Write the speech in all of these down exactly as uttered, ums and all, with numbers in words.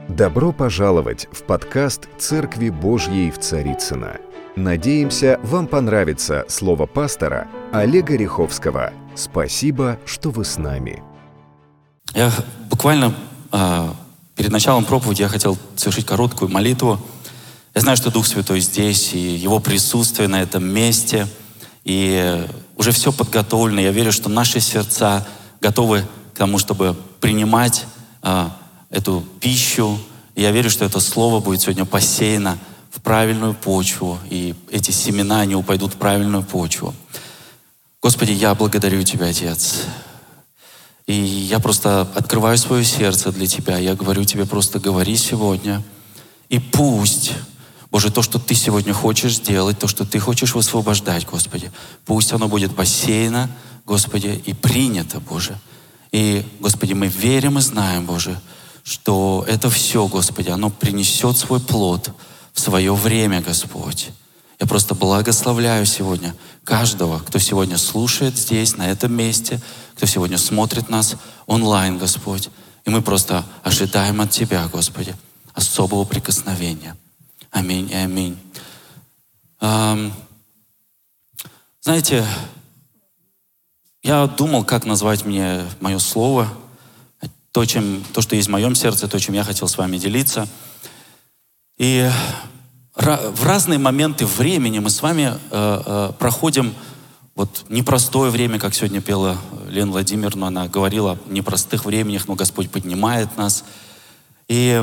Добро пожаловать в подкаст «Церкви Божьей в Царицыно». Надеемся, вам понравится слово пастора Олега Риховского. Спасибо, что вы с нами. Я буквально э, перед началом проповеди я хотел совершить короткую молитву. Я знаю, что Дух Святой здесь, и Его присутствие на этом месте, и уже все подготовлено. Я верю, что наши сердца готовы к тому, чтобы принимать э, эту пищу. И я верю, что это слово будет сегодня посеяно в правильную почву, и эти семена, они упадут в правильную почву. Господи, я благодарю Тебя, Отец. И я просто открываю свое сердце для Тебя. Я говорю Тебе, просто говори сегодня. И пусть, Боже, то, что Ты сегодня хочешь сделать, то, что Ты хочешь высвобождать, Господи, пусть оно будет посеяно, Господи, и принято, Боже. И, Господи, мы верим и знаем, Боже, что это все, Господи, оно принесет свой плод в свое время, Господь. Я просто благословляю сегодня каждого, кто сегодня слушает здесь, на этом месте, кто сегодня смотрит нас онлайн, Господь. И мы просто ожидаем от Тебя, Господи, особого прикосновения. Аминь и аминь. Эм, знаете, я думал, как назвать мне мое слово, то, чем, то, что есть в моем сердце, то, чем я хотел с вами делиться. И в разные моменты времени мы с вами э, э, проходим вот непростое время, как сегодня пела Лена Владимировна, она говорила о непростых временах, но Господь поднимает нас. И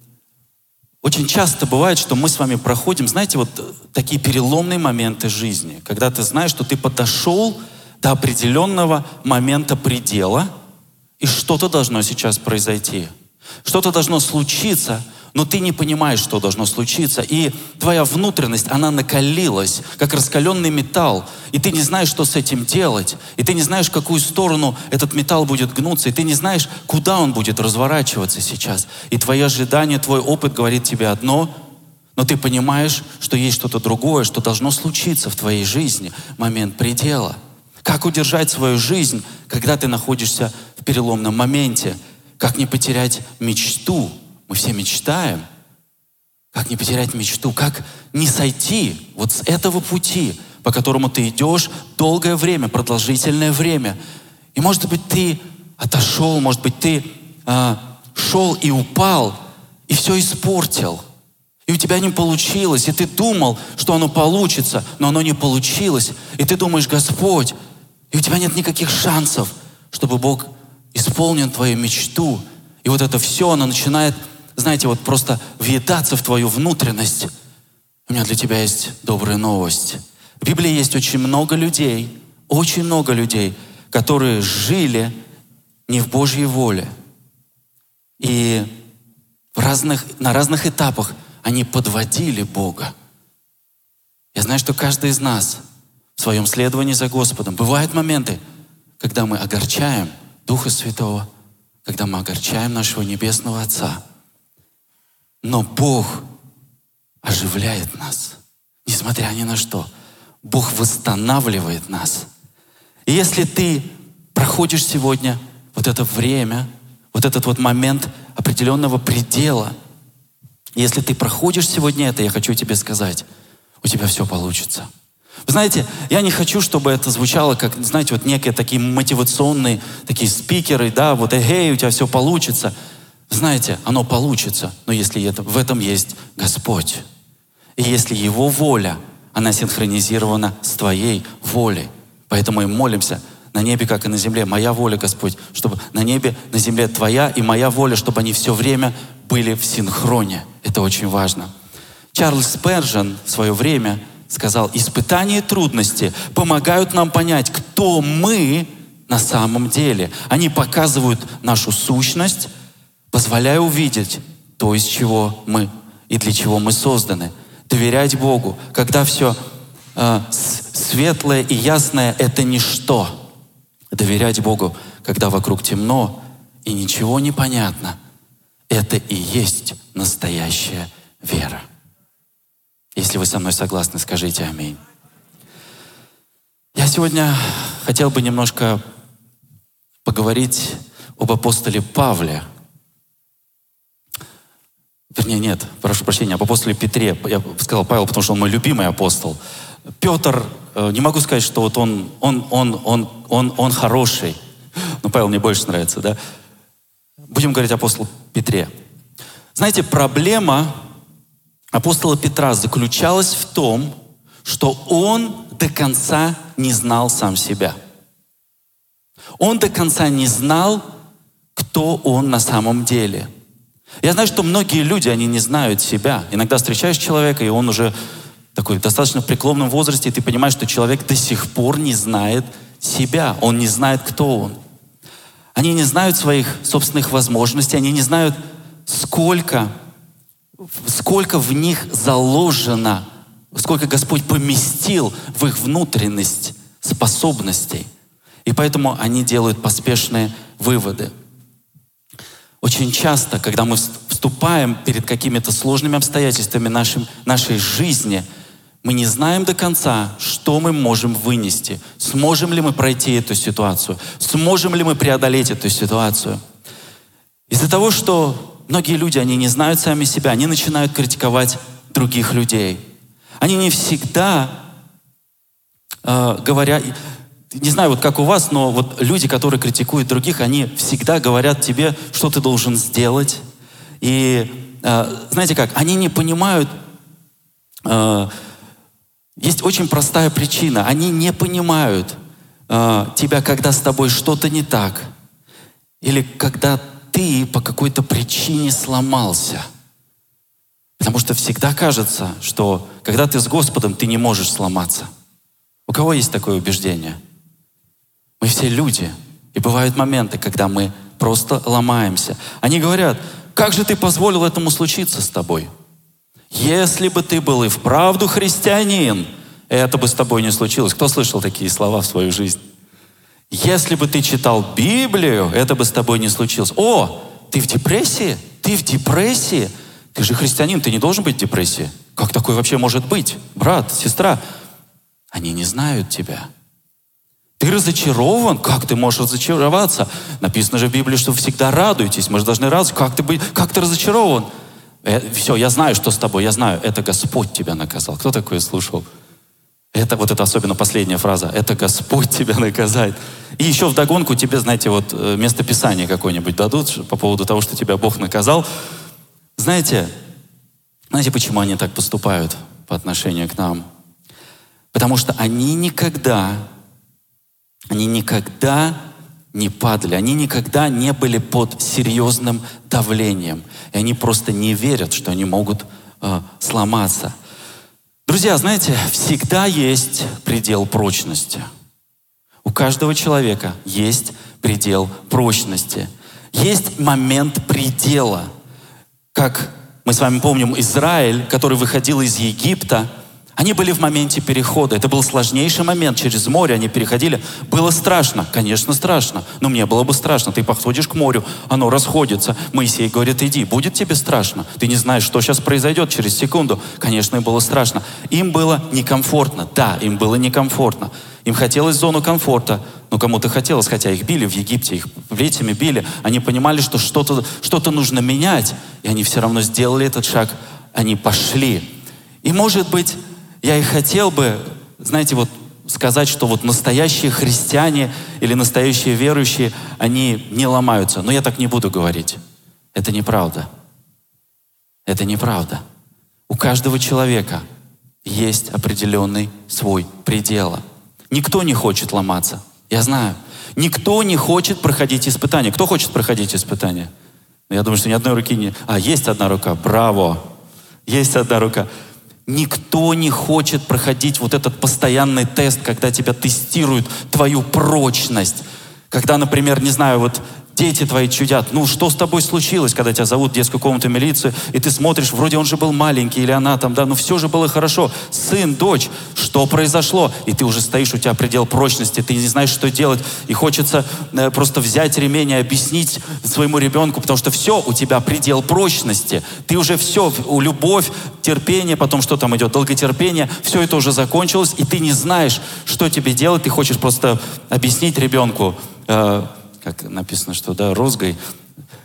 очень часто бывает, что мы с вами проходим, знаете, вот такие переломные моменты жизни, когда ты знаешь, что ты подошел до определенного момента предела, и что-то должно сейчас произойти. Что-то должно случиться, но ты не понимаешь, что должно случиться. И твоя внутренность, она накалилась, как раскаленный металл. И ты не знаешь, что с этим делать. И ты не знаешь, в какую сторону этот металл будет гнуться. И ты не знаешь, куда он будет разворачиваться сейчас. И твои ожидания, твой опыт говорит тебе одно, но ты понимаешь, что есть что-то другое, что должно случиться в твоей жизни. Момент предела. Как удержать свою жизнь, когда ты находишься в переломном моменте? Как не потерять мечту? Мы все мечтаем. Как не потерять мечту? Как не сойти вот с этого пути, по которому ты идешь долгое время, продолжительное время? И может быть ты отошел, может быть ты э, шел и упал, и все испортил. И у тебя не получилось, и ты думал, что оно получится, но оно не получилось. И ты думаешь, Господь, и у тебя нет никаких шансов, чтобы Бог исполнил твою мечту. И вот это все, оно начинает, знаете, вот просто въедаться в твою внутренность. У меня для тебя есть добрая новость. В Библии есть очень много людей, очень много людей, которые жили не в Божьей воле. И в разных, на разных этапах они подводили Бога. Я знаю, что каждый из нас в своем следовании за Господом бывают моменты, когда мы огорчаем Духа Святого, когда мы огорчаем нашего Небесного Отца. Но Бог оживляет нас, несмотря ни на что. Бог восстанавливает нас. И если ты проходишь сегодня вот это время, вот этот вот момент определенного предела, если ты проходишь сегодня это, я хочу тебе сказать, у тебя все получится. Вы знаете, я не хочу, чтобы это звучало как, знаете, вот некие такие мотивационные такие спикеры, да, вот эгей, у тебя все получится. Знаете, оно получится, но если это, в этом есть Господь. И если Его воля, она синхронизирована с твоей волей. Поэтому и молимся на небе, как и на земле. Моя воля, Господь, чтобы на небе, на земле Твоя и моя воля, чтобы они все время были в синхроне. Это очень важно. Чарльз Спержен в свое время сказал, испытания и трудности помогают нам понять, кто мы на самом деле. Они показывают нашу сущность, позволяя увидеть то, из чего мы и для чего мы созданы. Доверять Богу, когда все э, светлое и ясное — это ничто. Доверять Богу, когда вокруг темно и ничего не понятно. Это и есть настоящая вера. Если вы со мной согласны, скажите аминь. Я сегодня хотел бы немножко поговорить об апостоле Павле. нет, нет, прошу прощения, об апостоле Петре. Я сказал Павел, потому что он мой любимый апостол. Петр, не могу сказать, что вот он, он, он, он, он, он хороший. Но Павел мне больше нравится, да? Будем говорить о апостоле Петре. Знаете, проблема апостола Петра заключалась в том, что он до конца не знал сам себя. Он до конца не знал, кто он на самом деле. Я знаю, что многие люди, они не знают себя. Иногда встречаешь человека, и он уже такой достаточно в преклонном возрасте, и ты понимаешь, что человек до сих пор не знает себя. Он не знает, кто он. Они не знают своих собственных возможностей, они не знают, сколько, сколько в них заложено, сколько Господь поместил в их внутренность способностей. И поэтому они делают поспешные выводы. Очень часто, когда мы вступаем перед какими-то сложными обстоятельствами нашей, нашей жизни, мы не знаем до конца, что мы можем вынести. Сможем ли мы пройти эту ситуацию? Сможем ли мы преодолеть эту ситуацию? Из-за того, что многие люди, они не знают сами себя, они начинают критиковать других людей. Они не всегда, э, говоря... Не знаю, вот как у вас, но вот люди, которые критикуют других, они всегда говорят тебе, что ты должен сделать. И э, знаете как, они не понимают, э, есть очень простая причина. Они не понимают э, тебя, когда с тобой что-то не так. Или когда ты по какой-то причине сломался. Потому что всегда кажется, что когда ты с Господом, ты не можешь сломаться. У кого есть такое убеждение? Мы все люди. И бывают моменты, когда мы просто ломаемся. Они говорят, как же ты позволил этому случиться с тобой? Если бы ты был и вправду христианин, это бы с тобой не случилось. Кто слышал такие слова в свою жизнь? Если бы ты читал Библию, это бы с тобой не случилось. О, ты в депрессии? Ты в депрессии? Ты же христианин, ты не должен быть в депрессии. Как такое вообще может быть? Брат, сестра. Они не знают тебя. Ты разочарован? Как ты можешь разочароваться? Написано же в Библии, что вы всегда радуетесь. Мы же должны радоваться. Как ты, быть, как ты разочарован? Э, все, я знаю, что с тобой. Я знаю, это Господь тебя наказал. Кто такое слушал? Это вот это особенно последняя фраза. Это Господь тебя наказает. И еще вдогонку тебе, знаете, вот местописание какое-нибудь дадут по поводу того, что тебя Бог наказал. Знаете, знаете, почему они так поступают по отношению к нам? Потому что они никогда... Они никогда не падали, они никогда не были под серьезным давлением. И они просто не верят, что они могут э, сломаться. Друзья, знаете, всегда есть предел прочности. У каждого человека есть предел прочности. Есть момент предела. Как мы с вами помним, Израиль, который выходил из Египта, они были в моменте перехода. Это был сложнейший момент. Через море они переходили. Было страшно. Конечно, страшно. Но мне было бы страшно. Ты подходишь к морю, оно расходится. Моисей говорит, иди. Будет тебе страшно? Ты не знаешь, что сейчас произойдет через секунду. Конечно, им было страшно. Им было некомфортно. Да, им было некомфортно. Им хотелось зону комфорта. Ну, кому-то хотелось, хотя их били в Египте, их плетями били. Они понимали, что что-то, что-то нужно менять. И они все равно сделали этот шаг. Они пошли. И, может быть, я и хотел бы, знаете, вот сказать, что вот настоящие христиане или настоящие верующие, они не ломаются. Но я так не буду говорить. Это неправда. Это неправда. У каждого человека есть определенный свой предел. Никто не хочет ломаться. Я знаю. Никто не хочет проходить испытания. Кто хочет проходить испытания? Я думаю, что ни одной руки не... А, есть одна рука. Браво. Есть одна рука. Никто не хочет проходить вот этот постоянный тест, когда тебя тестируют твою прочность. Когда, например, не знаю, вот дети твои чудят. Ну, что с тобой случилось, когда тебя зовут в детскую комнату, милицию, и ты смотришь, вроде он же был маленький, или она там, да, ну все же было хорошо. Сын, дочь, что произошло? И ты уже стоишь, у тебя предел прочности, ты не знаешь, что делать, и хочется э, просто взять ремень и объяснить своему ребенку, потому что все, у тебя предел прочности. Ты уже все, у любовь, терпение, потом что там идет, долготерпение, все это уже закончилось, и ты не знаешь, что тебе делать, ты хочешь просто объяснить ребенку, э, как написано, что, да, розгой,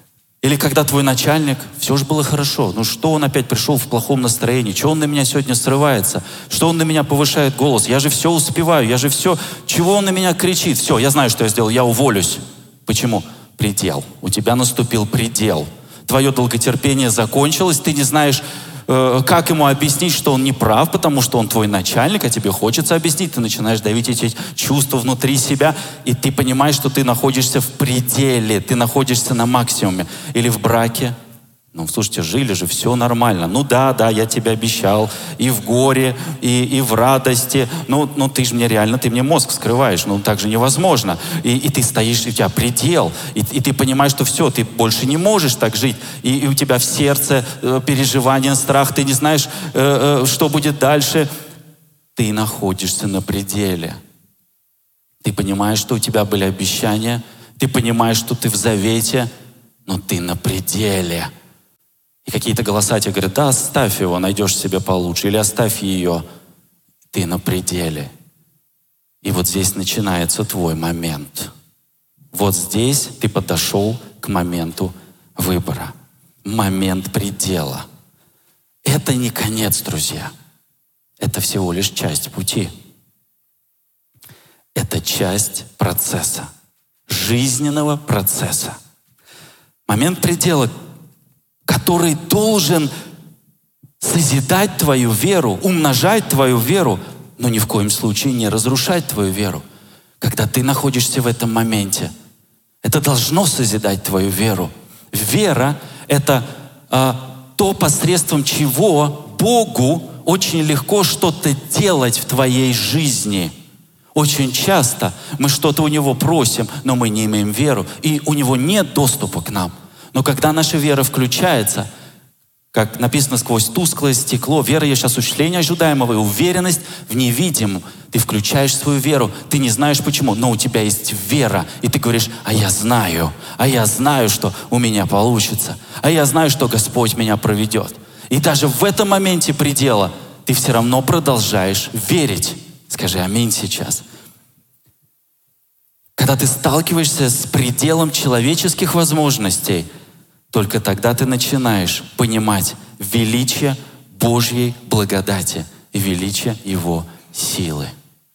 Или когда твой начальник, все же было хорошо, ну что он опять пришел в плохом настроении, что он на меня сегодня срывается, что он на меня повышает голос, я же все успеваю, я же все, чего он на меня кричит, все, я знаю, что я сделал, я уволюсь. Почему? Предел. У тебя наступил предел. Твое долготерпение закончилось, ты не знаешь, э, как ему объяснить, что он не прав, потому что он твой начальник, а тебе хочется объяснить. Ты начинаешь давить эти чувства внутри себя, и ты понимаешь, что ты находишься в пределе, ты находишься на максимуме. Или в браке. Ну, слушайте, жили же, все нормально. Ну да, да, я тебе обещал. И в горе, и, и в радости. Ну, ну ты же мне реально, ты мне мозг вскрываешь. Ну, так же невозможно. И, и ты стоишь, и у тебя предел. И, и ты понимаешь, что все, ты больше не можешь так жить. И, и у тебя в сердце э, переживание, страх. Ты не знаешь, э, э, что будет дальше. Ты находишься на пределе. Ты понимаешь, что у тебя были обещания. Ты понимаешь, что ты в завете. Но ты на пределе. И какие-то голоса тебе говорят, да, оставь его, найдешь себе получше. Или оставь ее. Ты на пределе. И вот здесь начинается твой момент. Вот здесь ты подошел к моменту выбора. Момент предела. Это не конец, друзья. Это всего лишь часть пути. Это часть процесса. Жизненного процесса. Момент предела, который должен созидать твою веру, умножать твою веру, но ни в коем случае не разрушать твою веру. Когда ты находишься в этом моменте, это должно созидать твою веру. Вера — это э, то, посредством чего Богу очень легко что-то делать в твоей жизни. Очень часто мы что-то у Него просим, но мы не имеем веру, и у Него нет доступа к нам. Но когда наша вера включается, как написано, сквозь тусклое стекло, вера есть осуществление ожидаемого и уверенность в невидимом. Ты включаешь свою веру, ты не знаешь почему, но у тебя есть вера, и ты говоришь, а я знаю, а я знаю, что у меня получится, а я знаю, что Господь меня проведет. И даже в этом моменте предела ты все равно продолжаешь верить. Скажи аминь сейчас. Когда ты сталкиваешься с пределом человеческих возможностей, только тогда ты начинаешь понимать величие Божьей благодати и величие Его силы.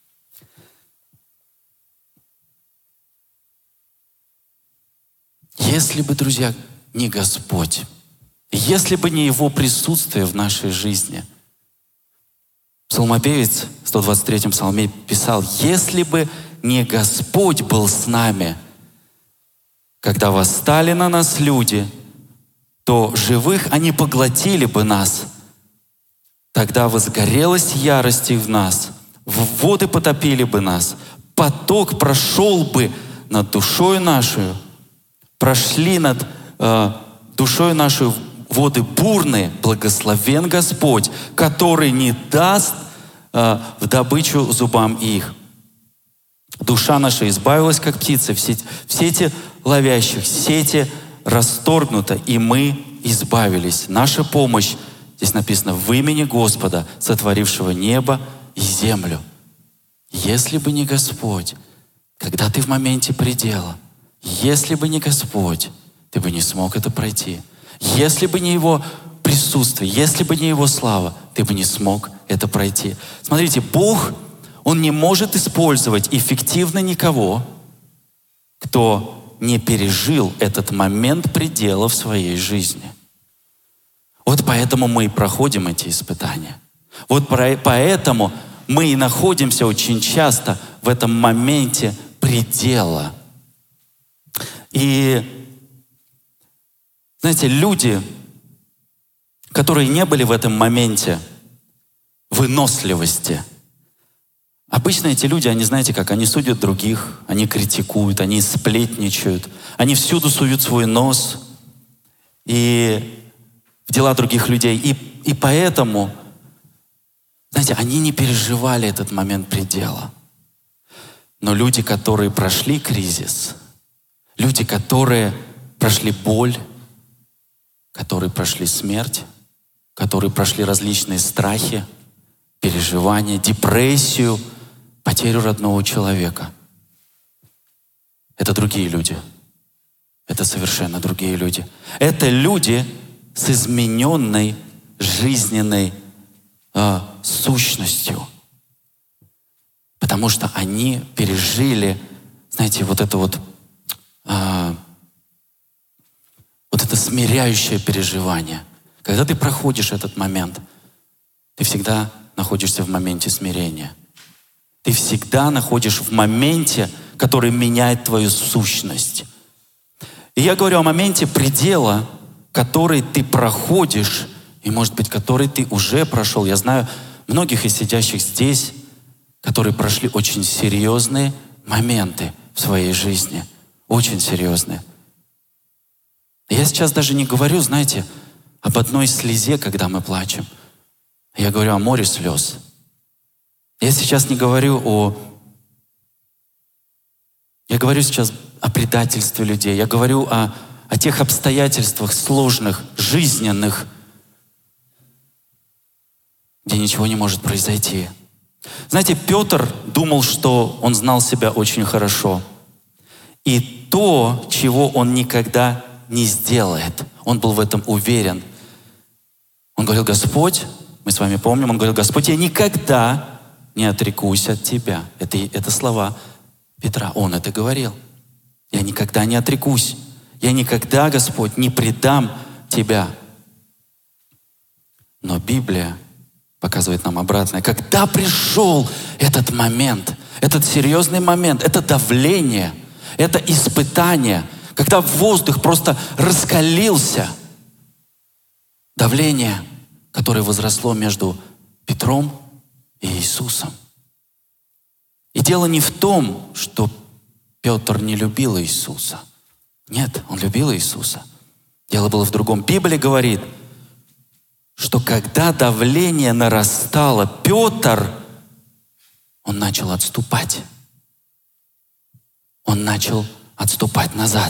Если бы, друзья, не Господь, если бы не Его присутствие в нашей жизни, псалмопевец в сто двадцать третьем псалме писал, если бы не Господь был с нами, когда восстали на нас люди, то живых они поглотили бы нас. Тогда возгорелась ярость в нас, в воды потопили бы нас, поток прошел бы над душой нашу, прошли над э, душой нашу воды бурные, благословен Господь, который не даст э, в добычу зубам их. Душа наша избавилась, как птица, в сети, в сети ловящих, сети расторгнута, и мы избавились. Наша помощь, здесь написано, в имени Господа, сотворившего небо и землю. Если бы не Господь, когда ты в моменте предела, если бы не Господь, ты бы не смог это пройти. Если бы не Его присутствие, если бы не Его слава, ты бы не смог это пройти. Смотрите, Бог, Он не может использовать эффективно никого, кто не пережил этот момент предела в своей жизни. Вот поэтому мы и проходим эти испытания. Вот поэтому мы и находимся очень часто в этом моменте предела. И, знаете, люди, которые не были в этом моменте выносливости, обычно эти люди, они, знаете как, они судят других, они критикуют, они сплетничают, они всюду суют свой нос и в дела других людей. И, и поэтому, знаете, они не переживали этот момент предела. Но люди, которые прошли кризис, люди, которые прошли боль, которые прошли смерть, которые прошли различные страхи, переживания, депрессию, потерю родного человека. Это другие люди. это совершенно другие люди. Это люди с измененной жизненной э, сущностью. Потому что они пережили, знаете, вот это вот, э, вот это смиряющее переживание. Когда ты проходишь этот момент, ты всегда находишься в моменте смирения. Ты всегда находишь в моменте, который меняет твою сущность. И я говорю о моменте предела, который ты проходишь, и, может быть, который ты уже прошел. Я знаю многих из сидящих здесь, которые прошли очень серьезные моменты в своей жизни. Очень серьезные. Я сейчас даже не говорю, знаете, об одной слезе, когда мы плачем. Я говорю о море слез. Я сейчас не говорю о... Я говорю сейчас о предательстве людей. Я говорю о, о тех обстоятельствах сложных, жизненных, где ничего не может произойти. Знаете, Петр думал, что он знал себя очень хорошо. И то, чего он никогда не сделает, он был в этом уверен. Он говорил: Господь, мы с вами помним, он говорил: Господь, я никогда не отрекусь от Тебя. Это, это слова Петра. Он это говорил. Я никогда не отрекусь. Я никогда, Господь, не предам Тебя. Но Библия показывает нам обратное. Когда пришел этот момент, этот серьезный момент, это давление, это испытание, когда воздух просто раскалился, давление, которое возросло между Петром и Иисусом. И дело не в том, что Петр не любил Иисуса. Нет, он любил Иисуса. Дело было в другом. Библия говорит, что когда давление нарастало, Петр, он начал отступать. Он начал отступать назад.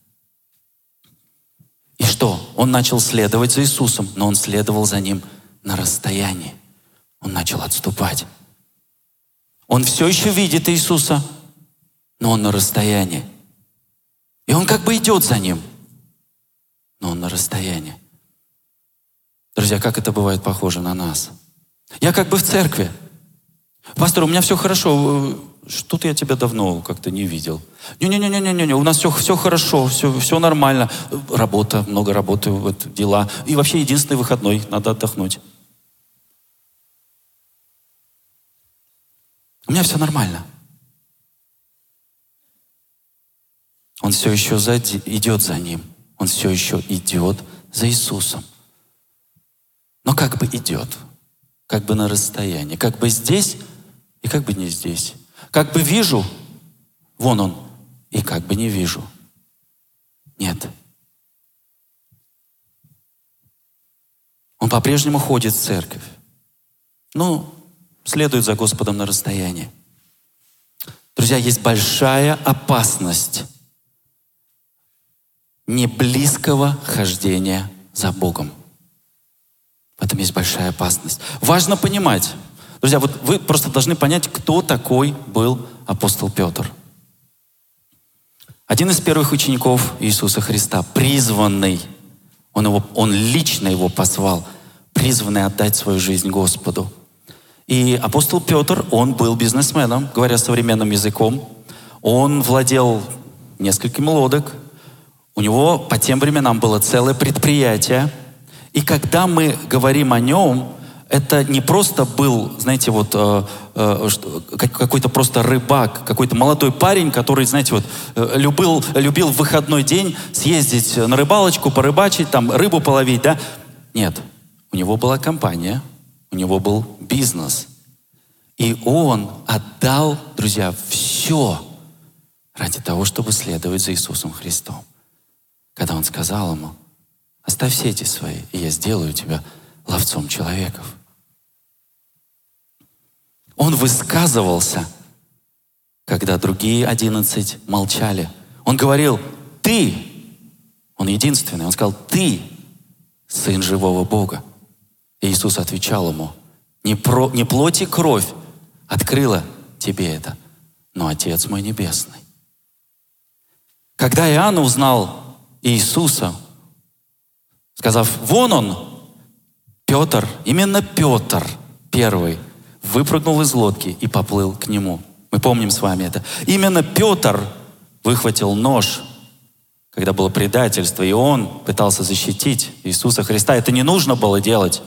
И что? Он начал следовать за Иисусом, но он следовал за Ним на расстоянии. Он начал отступать. Он все еще видит Иисуса, но он на расстоянии. И он как бы идет за Ним, но он на расстоянии. Друзья, как это бывает похоже на нас? Я как бы в церкви. Пастор, у меня все хорошо. Что-то я тебя давно как-то не видел. Не-не-не-не-не, у нас все, все хорошо, все, все нормально. Работа, много работы, вот, дела. И вообще единственный выходной, надо отдохнуть. У меня все нормально. Он все еще зади, идет за Ним. Он все еще идет за Иисусом. Но как бы идет, как бы на расстоянии, как бы здесь и как бы не здесь. Как бы вижу, вон он, и как бы не вижу. Нет. Он по-прежнему ходит в церковь. Ну, следует за Господом на расстоянии. Друзья, есть большая опасность неблизкого хождения за Богом. В этом есть большая опасность. Важно понимать. Друзья, вот вы просто должны понять, кто такой был апостол Петр. Один из первых учеников Иисуса Христа, призванный, он, его, он лично его позвал, призванный отдать свою жизнь Господу. И апостол Петр, он был бизнесменом, говоря современным языком. Он владел несколькими лодок. У него по тем временам было целое предприятие. И когда мы говорим о нем, это не просто был, знаете, вот э, э, какой-то просто рыбак, какой-то молодой парень, который, знаете, вот э, любил, любил в выходной день съездить на рыбалочку, порыбачить, там рыбу половить, да? Нет, у него была компания, у него был бизнес. И он отдал, друзья, все ради того, чтобы следовать за Иисусом Христом. Когда он сказал ему: оставь сети свои, и я сделаю тебя ловцом человеков. Он высказывался, когда другие одиннадцать молчали. Он говорил: ты, он единственный, он сказал: ты Сын живого Бога. И Иисус отвечал ему: не, про, не плоть и кровь открыла тебе это, но Отец мой Небесный. Когда Иоанн узнал Иисуса, сказав: «Вон он!» Петр, именно Петр первый, выпрыгнул из лодки и поплыл к нему. Мы помним с вами это. Именно Петр выхватил нож, когда было предательство, и он пытался защитить Иисуса Христа. Это не нужно было делать.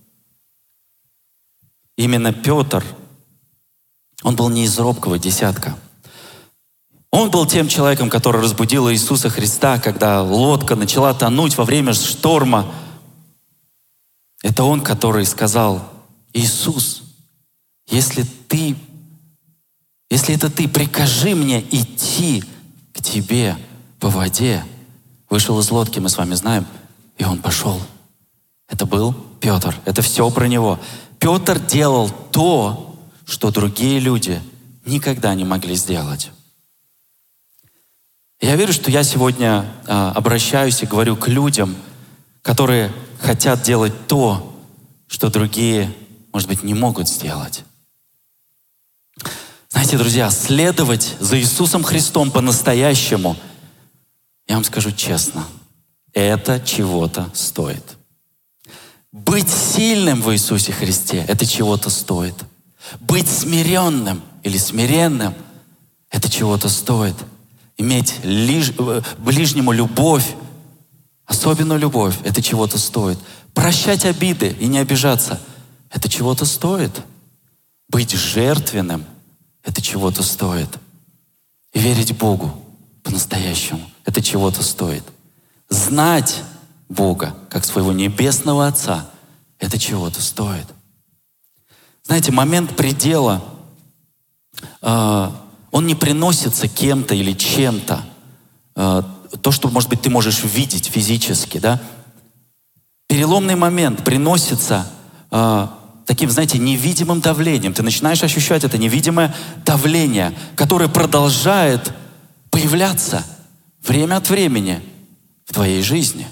Именно Петр, он был не из робкого десятка. Он был тем человеком, который разбудил Иисуса Христа, когда лодка начала тонуть во время шторма. Это он, который сказал: «Иисус, если ты, если это ты, прикажи мне идти к тебе по воде». Вышел из лодки, мы с вами знаем, и он пошел. Это был Петр. Это все про него. Петр делал то, что другие люди никогда не могли сделать. Я верю, что я сегодня а, обращаюсь и говорю к людям, которые хотят делать то, что другие, может быть, не могут сделать. Знаете, друзья, следовать за Иисусом Христом по-настоящему, я вам скажу честно, это чего-то стоит. Быть сильным в Иисусе Христе — это чего-то стоит. Быть смиренным или смиренным — это чего-то стоит. Иметь лиж... ближнему любовь, особенную любовь — это чего-то стоит. Прощать обиды и не обижаться — это чего-то стоит. Быть жертвенным — это чего-то стоит. И верить Богу по-настоящему — это чего-то стоит. Знать Бога как своего небесного Отца — это чего-то стоит. Знаете, момент предела, э, он не приносится кем-то или чем-то. Э, то, что, может быть, ты можешь видеть физически, да? Переломный момент приносится э, таким, знаете, невидимым давлением. Ты начинаешь ощущать это невидимое давление, которое продолжает появляться время от времени в твоей жизни.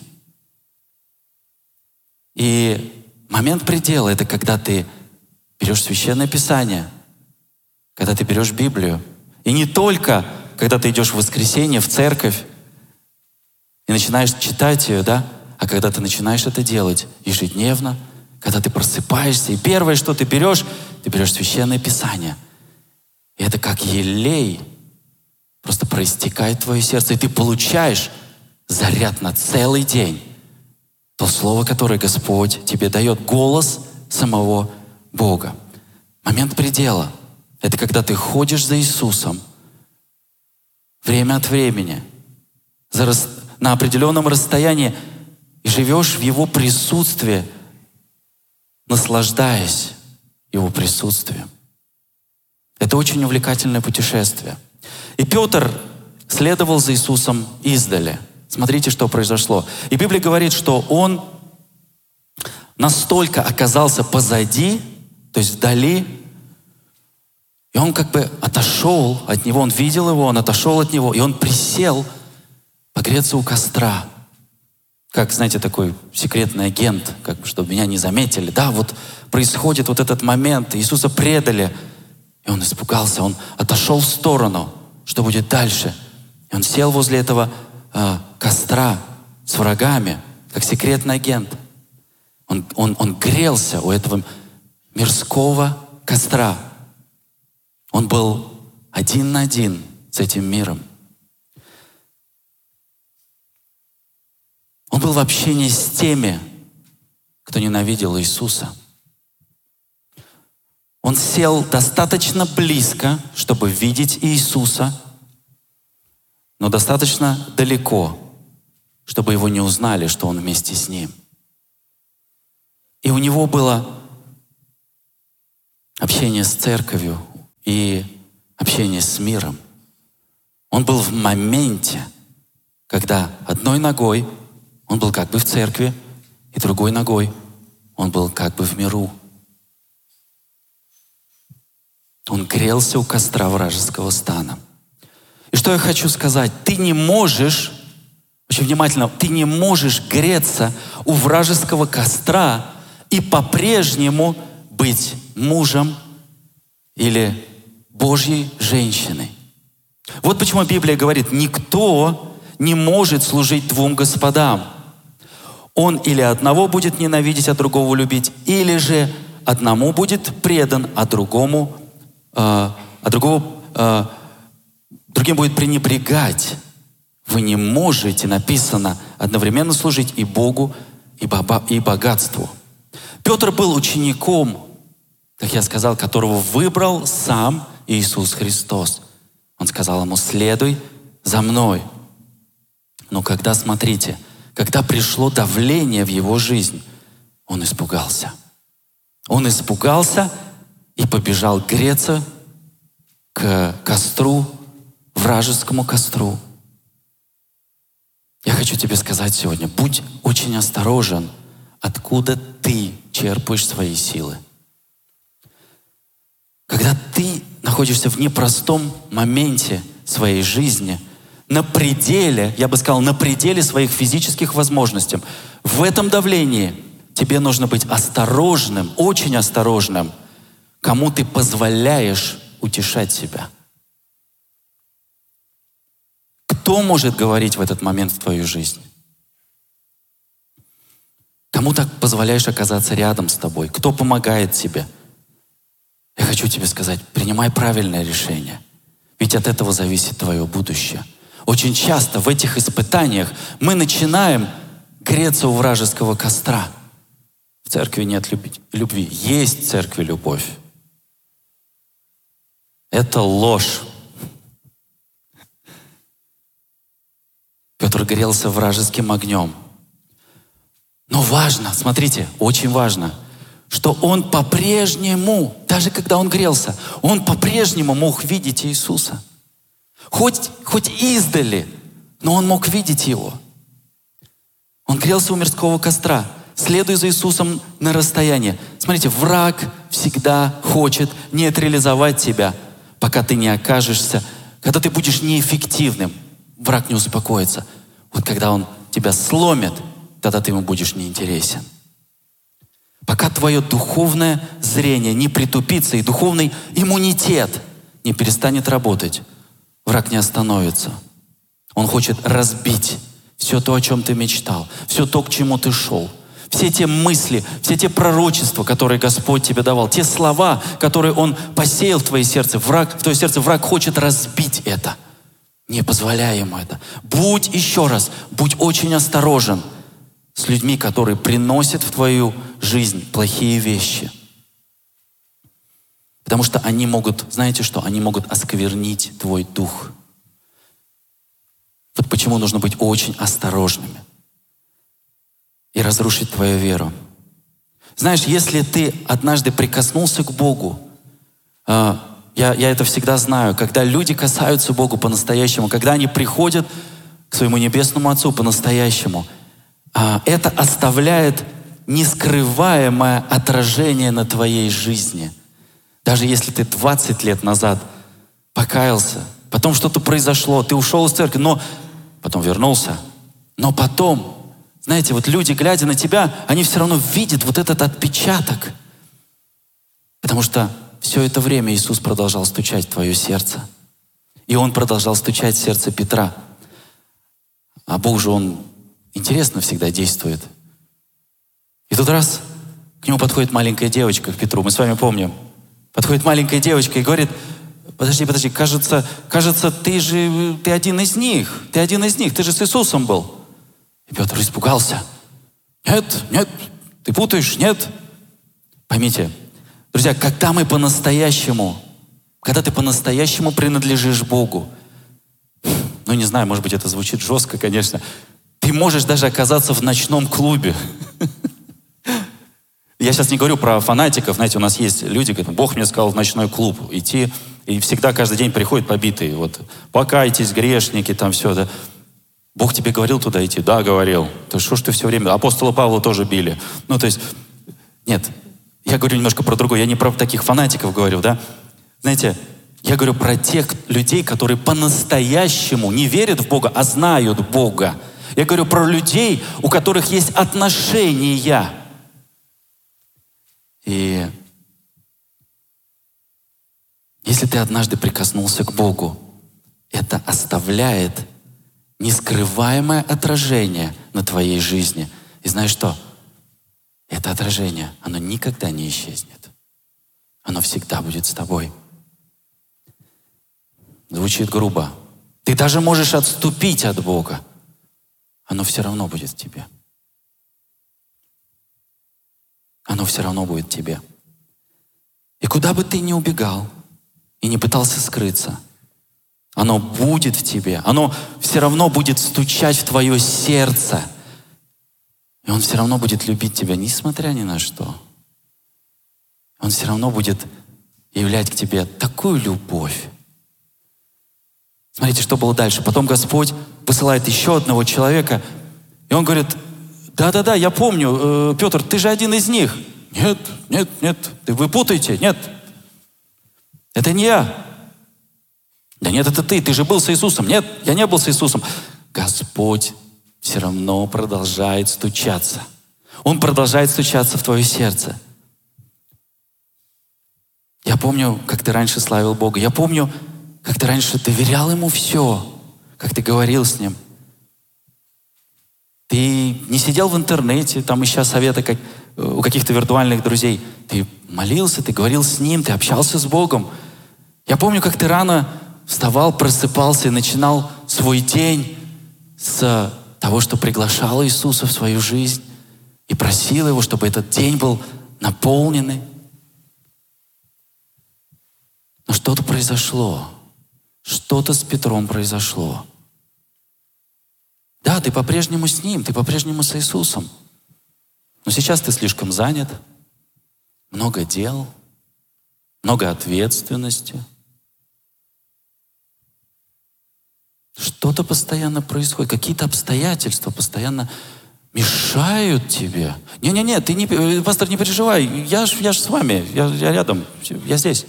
И момент предела — это когда ты берешь Священное Писание, когда ты берешь Библию. И не только, когда ты идешь в воскресенье, в церковь, и начинаешь читать ее, да, а когда ты начинаешь это делать ежедневно, когда ты просыпаешься, и первое, что ты берешь, ты берешь Священное Писание. И это как елей просто проистекает в твое сердце, и ты получаешь заряд на целый день. То слово, которое Господь тебе дает, голос самого Бога. Момент предела — это когда ты ходишь за Иисусом время от времени, за рас... на определенном расстоянии, и живешь в Его присутствии, наслаждаясь Его присутствием. Это очень увлекательное путешествие. И Петр следовал за Иисусом издали. Смотрите, что произошло. И Библия говорит, что он настолько оказался позади, то есть вдали, и он как бы отошел от него, он видел его, он отошел от него, и он присел погреться у костра. Как, знаете, такой секретный агент, как бы, чтобы меня не заметили. Да, вот происходит вот этот момент, Иисуса предали, и он испугался, он отошел в сторону, что будет дальше. И он сел возле этого э, костра с врагами, как секретный агент. Он, он, он грелся у этого мирского костра. Он был один на один с этим миром. Он был в общении с теми, кто ненавидел Иисуса. Он сел достаточно близко, чтобы видеть Иисуса, но достаточно далеко, чтобы его не узнали, что он вместе с ним. И у него было общение с церковью и общение с миром. Он был в моменте, когда одной ногой он был как бы в церкви, и другой ногой он был как бы в миру. Он грелся у костра вражеского стана. И что я хочу сказать? Ты не можешь, очень внимательно, ты не можешь греться у вражеского костра и по-прежнему быть мужем или Божьей женщиной. Вот почему Библия говорит: никто не может служить двум господам. Он или одного будет ненавидеть, а другого любить, или же одному будет предан, а другому, э, а другого, э, другим будет пренебрегать. Вы не можете, написано, одновременно служить и Богу, и, баба, и богатству. Петр был учеником, как я сказал, которого выбрал сам Иисус Христос. Он сказал ему: следуй за мной. Но когда, смотрите, когда пришло давление в его жизнь, он испугался. Он испугался и побежал греться к костру, вражескому костру. Я хочу тебе сказать сегодня: будь очень осторожен, откуда ты черпаешь свои силы. Когда ты находишься в непростом моменте своей жизни, на пределе, я бы сказал, на пределе своих физических возможностей, в этом давлении тебе нужно быть осторожным, очень осторожным, кому ты позволяешь утешать себя. Кто может говорить в этот момент в твою жизнь? Кому так позволяешь оказаться рядом с тобой? Кто помогает тебе? Я хочу тебе сказать, принимай правильное решение. Ведь от этого зависит твое будущее. Очень часто в этих испытаниях мы начинаем греться у вражеского костра. В церкви нет любви. Есть в церкви любовь. Это ложь. Петр грелся вражеским огнем. Но важно, смотрите, очень важно, что он по-прежнему, даже когда он грелся, он по-прежнему мог видеть Иисуса. Хоть, хоть издали, но он мог видеть Его. Он грелся у мирского костра, следуя за Иисусом на расстоянии. Смотрите, враг всегда хочет нейтрализовать тебя, пока ты не окажешься, когда ты будешь неэффективным. Враг не успокоится. Вот когда он тебя сломит, тогда ты ему будешь неинтересен. Пока твое духовное зрение не притупится и духовный иммунитет не перестанет работать, враг не остановится. Он хочет разбить все то, о чем ты мечтал, все то, к чему ты шел, все те мысли, все те пророчества, которые Господь тебе давал, те слова, которые Он посеял в твое сердце. Враг, в твое сердце враг хочет разбить это. Не позволяй ему это. Будь, еще раз, будь очень осторожен с людьми, которые приносят в твою жизнь плохие вещи. Потому что они могут, знаете что, они могут осквернить твой дух. Вот почему нужно быть очень осторожными и разрушить твою веру. Знаешь, если ты однажды прикоснулся к Богу, э, я, я это всегда знаю, когда люди касаются Богу по-настоящему, когда они приходят к своему Небесному Отцу по-настоящему, э, это оставляет нескрываемое отражение на твоей жизни. Даже если ты двадцать лет назад покаялся, потом что-то произошло, ты ушел из церкви, но потом вернулся, но потом, знаете, вот люди, глядя на тебя, они все равно видят вот этот отпечаток. Потому что все это время Иисус продолжал стучать в твое сердце. И Он продолжал стучать в сердце Петра. А Бог же, Он интересно всегда действует. И тут раз к нему подходит маленькая девочка, к Петру, мы с вами помним. Подходит маленькая девочка и говорит: подожди, подожди, кажется, кажется, ты же, ты один из них, ты один из них, ты же с Иисусом был. И Петр испугался. Нет, нет, ты путаешь, нет. Поймите, друзья, когда мы по-настоящему, когда ты по-настоящему принадлежишь Богу, ну не знаю, может быть, это звучит жестко, конечно, ты можешь даже оказаться в ночном клубе. Я сейчас не говорю про фанатиков, знаете, у нас есть люди, говорят: Бог мне сказал в ночной клуб идти, и всегда каждый день приходят побитые. Вот, покайтесь, грешники, там все, да. Бог тебе говорил туда идти? Да, говорил. То что ж ты все время... Апостола Павла тоже били. Ну, то есть, нет, я говорю немножко про другое. Я не про таких фанатиков говорю, да. Знаете, я говорю про тех людей, которые по-настоящему не верят в Бога, а знают Бога. Я говорю про людей, у которых есть отношения. И если ты однажды прикоснулся к Богу, это оставляет нескрываемое отражение на твоей жизни. И знаешь что? Это отражение, оно никогда не исчезнет. Оно всегда будет с тобой. Звучит грубо. Ты даже можешь отступить от Бога. Оно все равно будет в тебе. Оно все равно будет в тебе. И куда бы ты ни убегал и не пытался скрыться, оно будет в тебе. Оно все равно будет стучать в твое сердце. И Он все равно будет любить тебя, несмотря ни на что. Он все равно будет являть к тебе такую любовь. Смотрите, что было дальше. Потом Господь посылает еще одного человека, и Он говорит: да-да-да, я помню, э, Петр, ты же один из них. Нет, нет, нет, вы путаете, нет. Это не я. Да нет, это ты, ты же был с Иисусом. Нет, я не был с Иисусом. Господь все равно продолжает стучаться. Он продолжает стучаться в твое сердце. Я помню, как ты раньше славил Бога. Я помню, как ты раньше доверял Ему все, как ты говорил с Ним. Ты не сидел в интернете, там ища совета как, у каких-то виртуальных друзей. Ты молился, ты говорил с Ним, ты общался с Богом. Я помню, как ты рано вставал, просыпался и начинал свой день с того, что приглашал Иисуса в свою жизнь и просил Его, чтобы этот день был наполненный. Но что-то произошло. Что-то с Петром произошло. Да, ты по-прежнему с Ним, ты по-прежнему с Иисусом. Но сейчас ты слишком занят, много дел, много ответственности. Что-то постоянно происходит, какие-то обстоятельства постоянно мешают тебе. Не-не-не, ты не, пастор, не переживай, я ж, я ж с вами, я, я рядом, я здесь.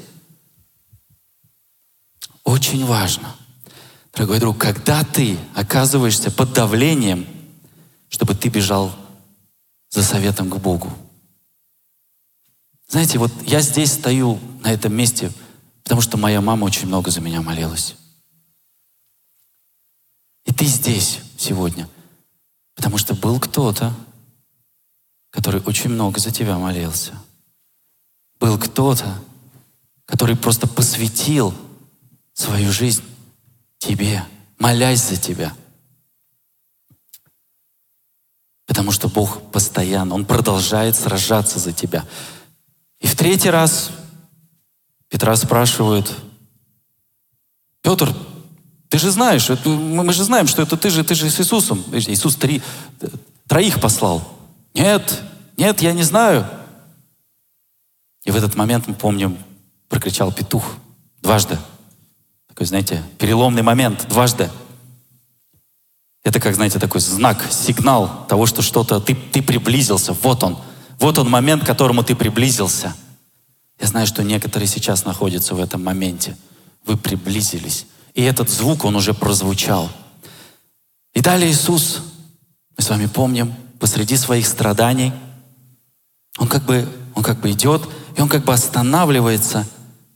Очень важно, дорогой друг, когда ты оказываешься под давлением, чтобы ты бежал за советом к Богу. Знаете, вот я здесь стою на этом месте, потому что моя мама очень много за меня молилась. И ты здесь сегодня, потому что был кто-то, который очень много за тебя молился. Был кто-то, который просто посвятил свою жизнь тебе, молясь за тебя. Потому что Бог постоянно, Он продолжает сражаться за тебя. И в третий раз Петра спрашивают: Петр, ты же знаешь, это, мы же знаем, что это ты же, ты же с Иисусом. Иисус три, троих послал. Нет, нет, я не знаю. И в этот момент, мы помним, прокричал петух дважды. Такой, знаете, переломный момент дважды. Это как, знаете, такой знак, сигнал того, что что-то, ты, ты приблизился. Вот он. Вот он момент, к которому ты приблизился. Я знаю, что некоторые сейчас находятся в этом моменте. Вы приблизились. И этот звук, он уже прозвучал. И далее Иисус, мы с вами помним, посреди своих страданий, Он как бы, он как бы идет, и Он как бы останавливается,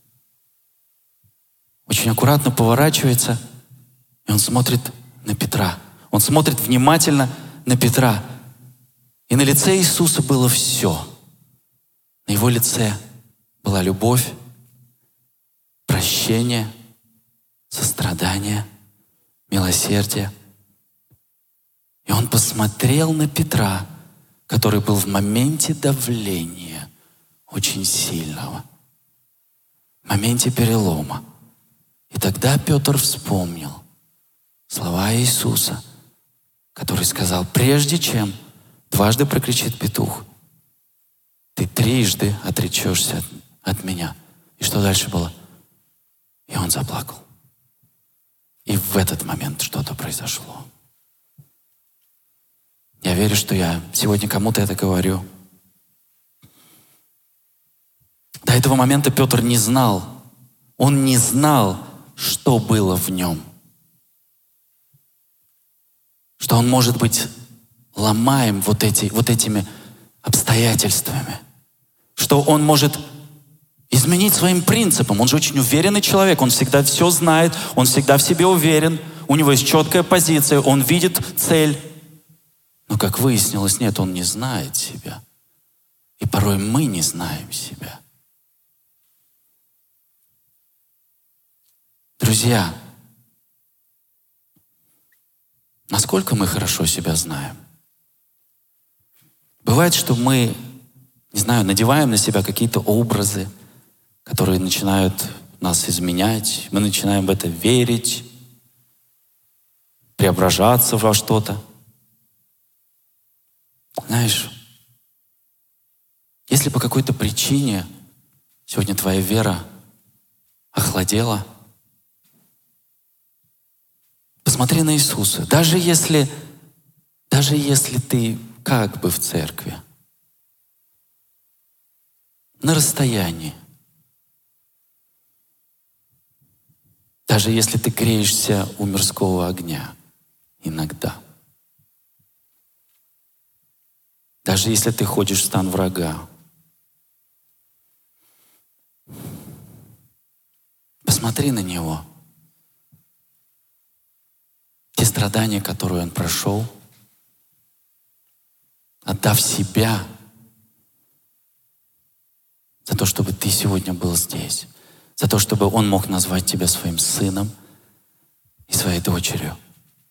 очень аккуратно поворачивается, и Он смотрит на Петра. Он смотрит внимательно на Петра. И на лице Иисуса было все. На Его лице была любовь, прощение, сострадание, милосердие. И Он посмотрел на Петра, который был в моменте давления очень сильного, в моменте перелома. И тогда Петр вспомнил слова Иисуса, который сказал: прежде чем дважды прокричит петух, ты трижды отречешься от, от меня. И что дальше было? И он заплакал. И в этот момент что-то произошло. Я верю, что я сегодня кому-то это говорю. До этого момента Петр не знал. Он не знал, что было в нем. Что он может быть ломаем вот, эти, вот этими обстоятельствами. Что он может изменить своим принципам. Он же очень уверенный человек, он всегда все знает, он всегда в себе уверен, у него есть четкая позиция, он видит цель. Но, как выяснилось, нет, он не знает себя. И порой мы не знаем себя. Друзья, насколько мы хорошо себя знаем? Бывает, что мы, не знаю, надеваем на себя какие-то образы, которые начинают нас изменять. Мы начинаем в это верить, преображаться во что-то. Знаешь, если по какой-то причине сегодня твоя вера охладела, посмотри на Иисуса. Даже если, даже если ты как бы в церкви, на расстоянии, даже если ты греешься у мирского огня иногда, даже если ты ходишь в стан врага, посмотри на Него. Те страдания, которые Он прошел, отдав себя за то, чтобы ты сегодня был здесь, за то, чтобы Он мог назвать тебя своим сыном и своей дочерью.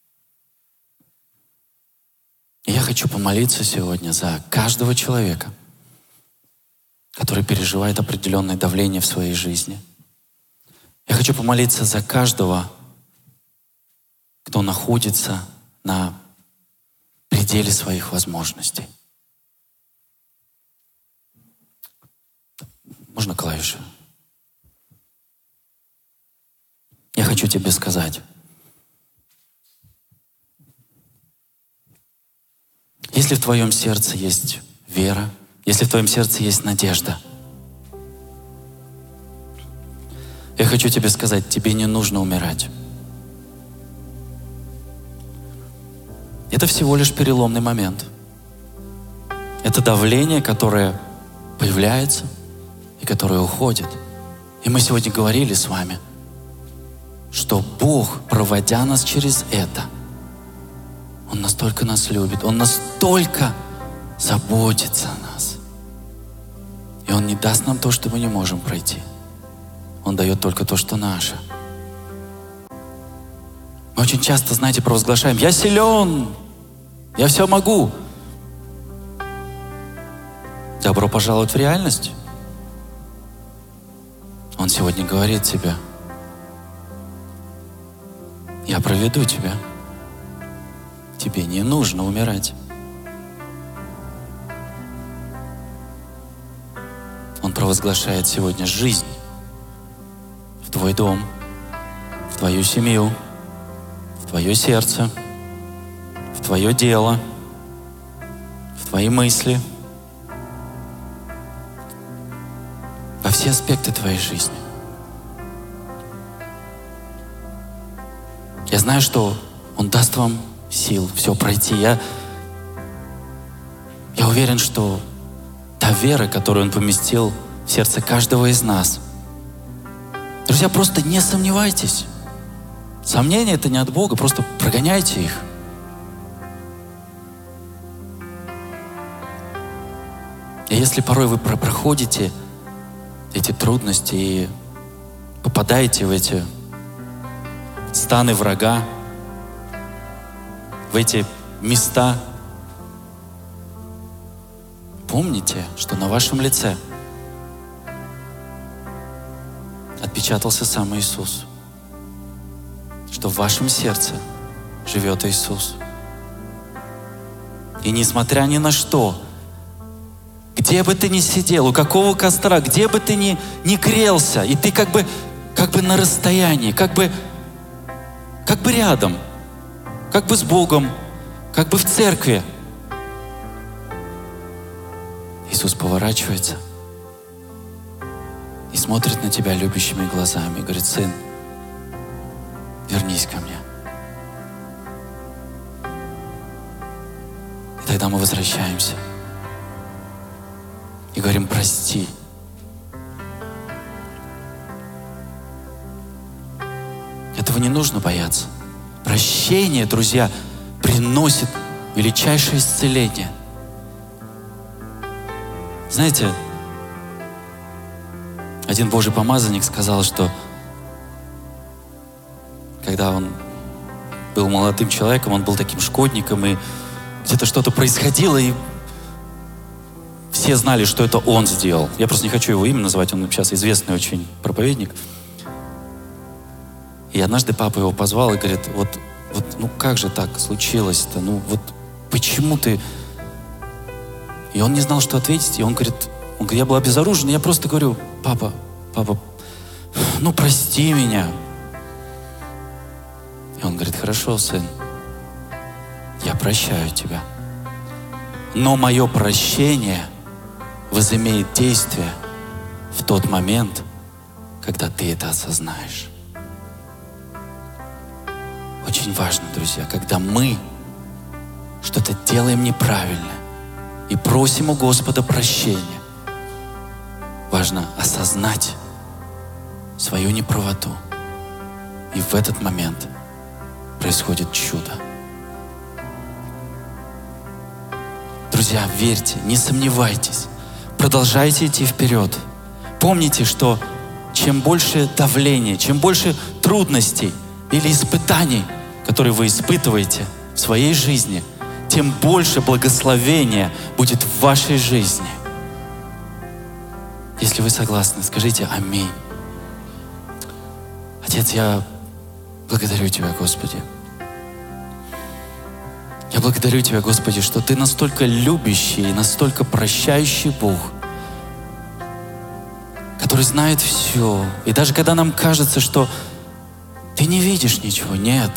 И я хочу помолиться сегодня за каждого человека, который переживает определенное давление в своей жизни. Я хочу помолиться за каждого, кто находится на пределе своих возможностей. Можно клавиши? Я хочу тебе сказать, если в твоем сердце есть вера, если в твоем сердце есть надежда, я хочу тебе сказать, тебе не нужно умирать. Это всего лишь переломный момент. Это давление, которое появляется и которое уходит. И мы сегодня говорили с вами, что Бог, проводя нас через это, Он настолько нас любит, Он настолько заботится о нас. И Он не даст нам то, что мы не можем пройти. Он дает только то, что наше. Мы очень часто, знаете, провозглашаем: «Я силен, я все могу». Добро пожаловать в реальность. Он сегодня говорит тебе: «Я проведу тебя. Тебе не нужно умирать». Он провозглашает сегодня жизнь в твой дом, в твою семью, в твое сердце, в твое дело, в твои мысли, во все аспекты твоей жизни. Я знаю, что Он даст вам сил все пройти. Я, я уверен, что та вера, которую Он поместил в сердце каждого из нас. Друзья, просто не сомневайтесь. Сомнения — это не от Бога, просто прогоняйте их. И если порой вы проходите эти трудности и попадаете в эти станы врага, в эти места, помните, что на вашем лице отпечатался сам Иисус, что в вашем сердце живет Иисус. И несмотря ни на что, где бы ты ни сидел, у какого костра, где бы ты ни, ни грелся, и ты как бы, как бы на расстоянии, как бы, как бы рядом, как бы с Богом, как бы в церкви, Иисус поворачивается и смотрит на тебя любящими глазами и говорит: «Сын, вернись ко мне». И тогда мы возвращаемся и говорим: «Прости». Этого не нужно бояться. Прощение, друзья, приносит величайшее исцеление. Знаете, один Божий помазанник сказал, что когда он был молодым человеком, он был таким шкодником, и где-то что-то происходило, и все знали, что это он сделал. Я просто не хочу его имя называть, он сейчас известный очень проповедник. И однажды папа его позвал и говорит, вот, вот ну как же так случилось-то? Ну вот почему ты... И он не знал, что ответить, и он говорит, он говорит, я был обезоружен, и я просто говорю, папа, папа, ну прости меня. И он говорит, хорошо, сын, я прощаю тебя. Но мое прощение возымеет действие в тот момент, когда ты это осознаешь. Очень важно, друзья, когда мы что-то делаем неправильно и просим у Господа прощения, важно осознать свою неправоту. И в этот момент происходит чудо. Друзья, верьте, не сомневайтесь, продолжайте идти вперед. Помните, что чем больше давления, чем больше трудностей или испытаний, которые вы испытываете в своей жизни, тем больше благословения будет в вашей жизни. Если вы согласны, скажите аминь. Отец, я благодарю Тебя, Господи. Я благодарю Тебя, Господи, что Ты настолько любящий и настолько прощающий Бог, который знает все. И даже когда нам кажется, что Ты не видишь ничего, нет.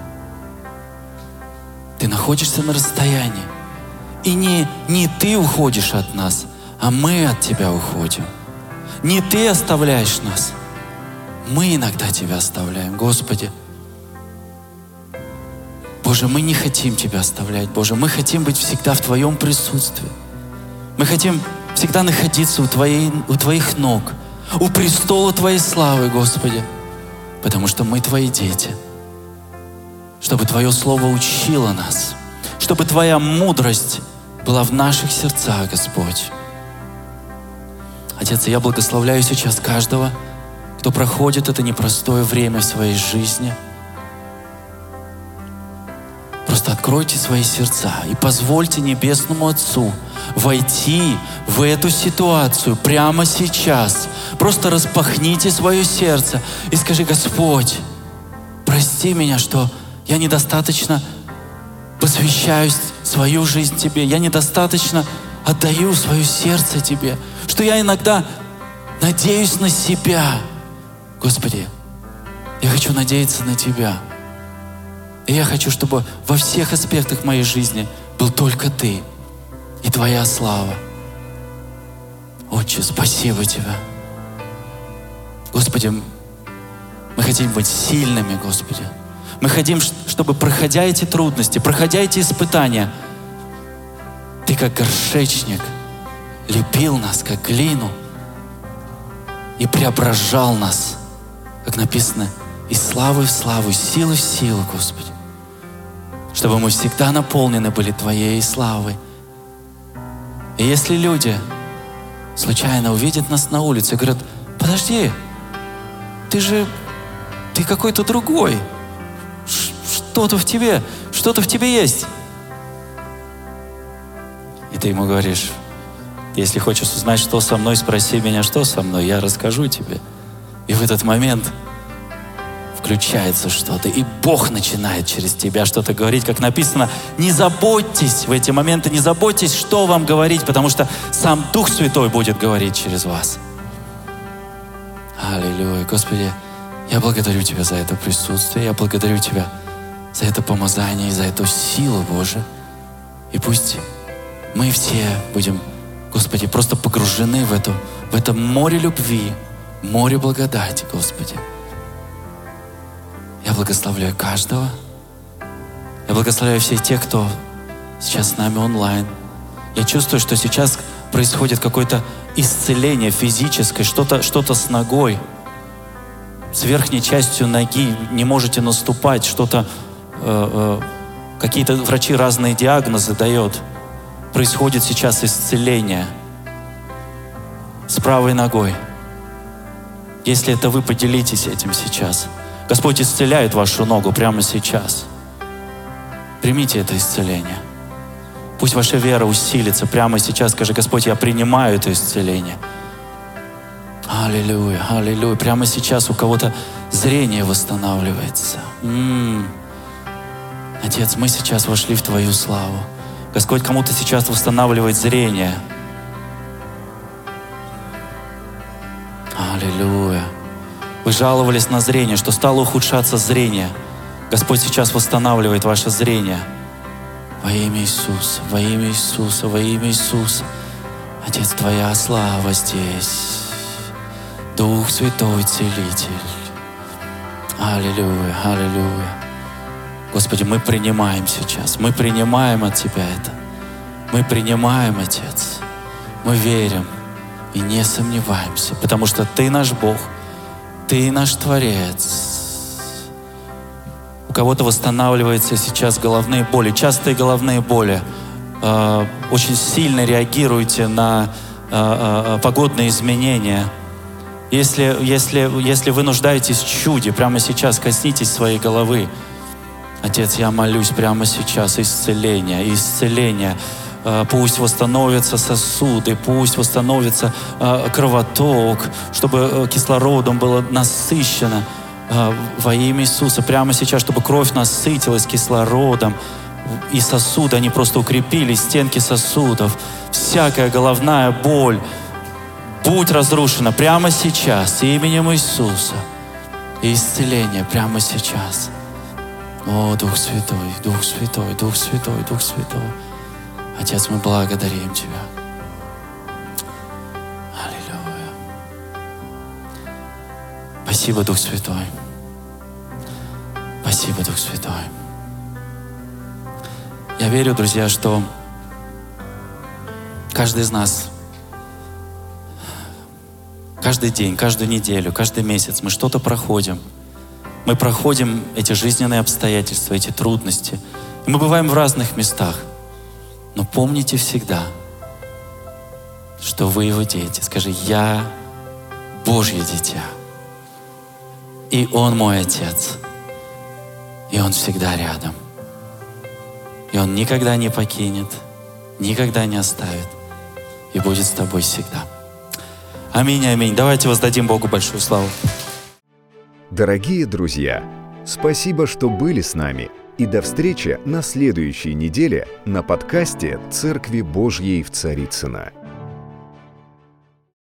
Ты находишься на расстоянии. И не, не Ты уходишь от нас, а мы от Тебя уходим. Не Ты оставляешь нас, мы иногда Тебя оставляем, Господи. Боже, мы не хотим Тебя оставлять, Боже, мы хотим быть всегда в Твоем присутствии. Мы хотим всегда находиться у, Твоей, у Твоих ног, у престола Твоей славы, Господи, потому что мы Твои дети. Чтобы Твое Слово учило нас, чтобы Твоя мудрость была в наших сердцах, Господь. Отец, я благословляю сейчас каждого, кто проходит это непростое время в своей жизни. Просто откройте свои сердца и позвольте Небесному Отцу войти в эту ситуацию прямо сейчас. Просто распахните свое сердце и скажи: Господь, прости меня, что я недостаточно посвящаю свою жизнь Тебе, я недостаточно отдаю свое сердце Тебе, что я иногда надеюсь на себя. Господи, я хочу надеяться на Тебя. И я хочу, чтобы во всех аспектах моей жизни был только Ты и Твоя слава. Отче, спасибо Тебя. Господи, мы хотим быть сильными, Господи. Мы хотим, чтобы, проходя эти трудности, проходя эти испытания, Ты, как горшечник, лепил нас, как глину, и преображал нас, как написано, из славы в славу, из силы в силу, Господи. Чтобы мы всегда наполнены были Твоей славой. И если люди случайно увидят нас на улице и говорят: подожди, ты же, ты какой-то другой. Что-то в тебе, что-то в тебе есть. И ты ему говоришь: если хочешь узнать, что со мной, спроси меня, что со мной, я расскажу тебе. И в этот момент включается что-то, и Бог начинает через тебя что-то говорить, как написано. Не заботьтесь в эти моменты, не заботьтесь, что вам говорить, потому что сам Дух Святой будет говорить через вас. Аллилуйя. Господи, я благодарю Тебя за это присутствие, я благодарю Тебя за это помазание и за эту силу, Боже. И пусть мы все будем, Господи, просто погружены в, эту, в это море любви, море благодати, Господи. Я благословляю каждого. Я благословляю всех тех, кто сейчас с нами онлайн. Я чувствую, что сейчас происходит какое-то исцеление физическое, что-то, что-то с ногой. С верхней частью ноги не можете наступать, что-то э, э, какие-то врачи разные диагнозы дают. Происходит сейчас исцеление с правой ногой. Если это вы, поделитесь этим сейчас. Господь исцеляет вашу ногу прямо сейчас. Примите это исцеление. Пусть ваша вера усилится прямо сейчас. Скажи: Господь, я принимаю это исцеление. Аллилуйя, аллилуйя. Прямо сейчас у кого-то зрение восстанавливается. М-м. Отец, мы сейчас вошли в Твою славу. Господь кому-то сейчас восстанавливает зрение. Аллилуйя. Вы жаловались на зрение, что стало ухудшаться зрение. Господь сейчас восстанавливает ваше зрение. Во имя Иисуса, во имя Иисуса, во имя Иисуса. Отец, Твоя слава здесь. Дух Святой Целитель. Аллилуйя, аллилуйя. Господи, мы принимаем сейчас, мы принимаем от Тебя это. Мы принимаем, Отец. Мы верим и не сомневаемся, потому что Ты наш Бог, Ты наш Творец. У кого-то восстанавливаются сейчас головные боли, частые головные боли. Э, очень сильно реагируйте на э, э, погодные изменения. Если, если, если вы нуждаетесь в чуде, прямо сейчас коснитесь своей головы. Отец, я молюсь прямо сейчас. Исцеление, исцеление. Э, пусть восстановятся сосуды, пусть восстановится э, кровоток, чтобы кислородом было насыщено. Во имя Иисуса, прямо сейчас, чтобы кровь насытилась кислородом, и сосуды, они просто укрепились, стенки сосудов. Всякая головная боль, будь разрушена прямо сейчас, именем Иисуса. И исцеление прямо сейчас. О, Дух Святой, Дух Святой, Дух Святой, Дух Святой. Отец, мы благодарим Тебя. Спасибо, Дух Святой. Спасибо, Дух Святой. Я верю, друзья, что каждый из нас, каждый день, каждую неделю, каждый месяц мы что-то проходим. Мы проходим эти жизненные обстоятельства, эти трудности. И мы бываем в разных местах. Но помните всегда, что вы Его дети. Скажи: я Божье дитя. И Он мой Отец. И Он всегда рядом. И Он никогда не покинет, никогда не оставит. И будет с тобой всегда. Аминь, аминь. Давайте воздадим Богу большую славу. Дорогие друзья, спасибо, что были с нами. И до встречи на следующей неделе на подкасте «Церкви Божьей в Царицыно».